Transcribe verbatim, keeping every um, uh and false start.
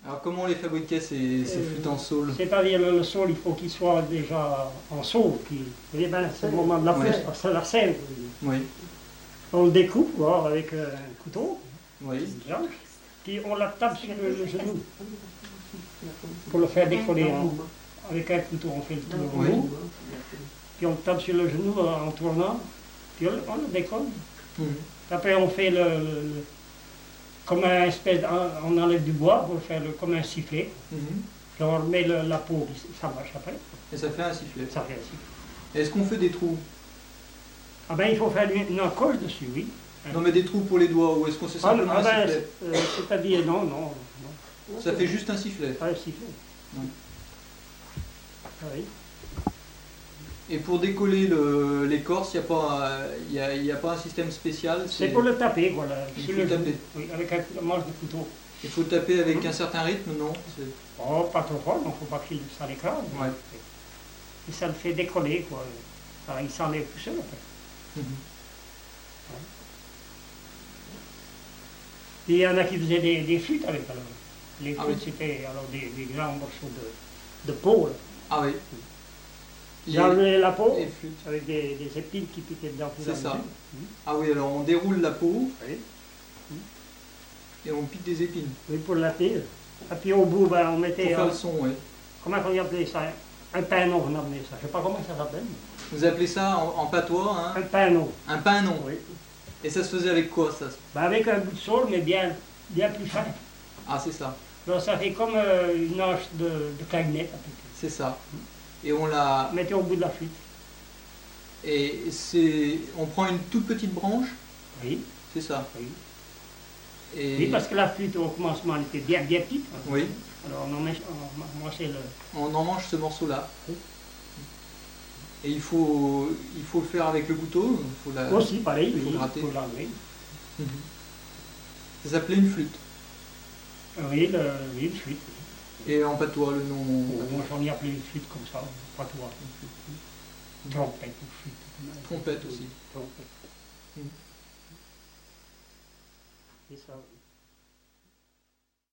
Alors comment les fabriquer ces, ces Euh, flûtes en saule? C'est-à-dire le, le saule, il faut qu'il soit déjà en saule. Puis, eh ben, c'est le moment de la Ouais. flûte, c'est la scène. Oui. On le découpe voilà, avec euh, un couteau, Oui. une planche, puis on la tape sur le, le genou pour le faire décoller. Hein. Avec un couteau, on fait le tour au Oui. genou, puis on le tape sur le genou en tournant, puis on, on le décolle. Mhm. Après, on fait le, le- le- comme un espèce, de- on enlève du bois pour faire le, comme un sifflet. Mhm. Puis on remet le- la peau, puis ça marche après. Et ça fait un sifflet. Ça fait un sifflet. Est-ce qu'on fait des trous? Ah ben, il faut faire une, une encoche dessus, oui. Non mais des trous pour les doigts, ou est-ce qu'on fait Ah, simplement ah un ben, sifflet? c'est- euh, c'est-à-dire, non, non, non. Ça fait juste un sifflet. Pas un sifflet. Non. Ah oui. Et pour décoller le- l'écorce, il n'y a, pas, euh, y a, y a pas un système spécial? C'est pour le taper, voilà. Il sur faut le genou. taper. Oui, avec un coup de manche de couteau. Il faut taper avec un certain rythme, non? C'est- Oh, pas trop fort, il ne faut pas que ça l'écrase. Ouais. Et ça le fait décoller, quoi. Alors, il s'enlève tout seul, après. Mhm. Et il y en a qui faisaient des, des flûtes avec, alors. Les Ah flûtes, oui. c'était alors des, des grands morceaux de, de peau, là. Ah oui. J'ai enlevé la peau les flûtes. avec des, des épines qui piquaient dedans. tout C'est dans ça. le dessus. Ah oui, alors on déroule la peau Oui. et on pique des épines. Oui, pour la pile. Et puis au bout, ben, on Pour mettait, faire euh, le son, oui. comment on appelait ça? Un panneau, on appelait ça. Je ne sais pas comment ça s'appelle. Vous appelez ça en, en patois hein, Un panneau, un panon. oui. Et ça se faisait avec quoi ça? Ben, avec un bout de saule, mais bien, bien plus fin. Ah c'est ça, Alors ça fait comme euh, une hanche de, de clarinette, à peu près. c'est ça. Et on la, Mettez au bout de la flûte. et c'est, on prend une toute petite branche, Oui, c'est ça. oui. Et Oui, parce que la flûte au commencement elle était bien, bien petite. hein. oui, Alors on en met, on, moi c'est le. on en mange ce morceau-là. Oui. Et il faut, il faut le faire avec le couteau. Il faut la, Aussi, pareil, il faut oui, gratter. il faut l'enlever. Mhm. Ça s'appelait une flûte. Oui, le, oui, une flûte. Et en patois, le nom. Moi j'en ai appelé une flûte comme ça, pas toi. Trompette ou flûte. Trompette aussi. Trompette. Mhm. C'est ça.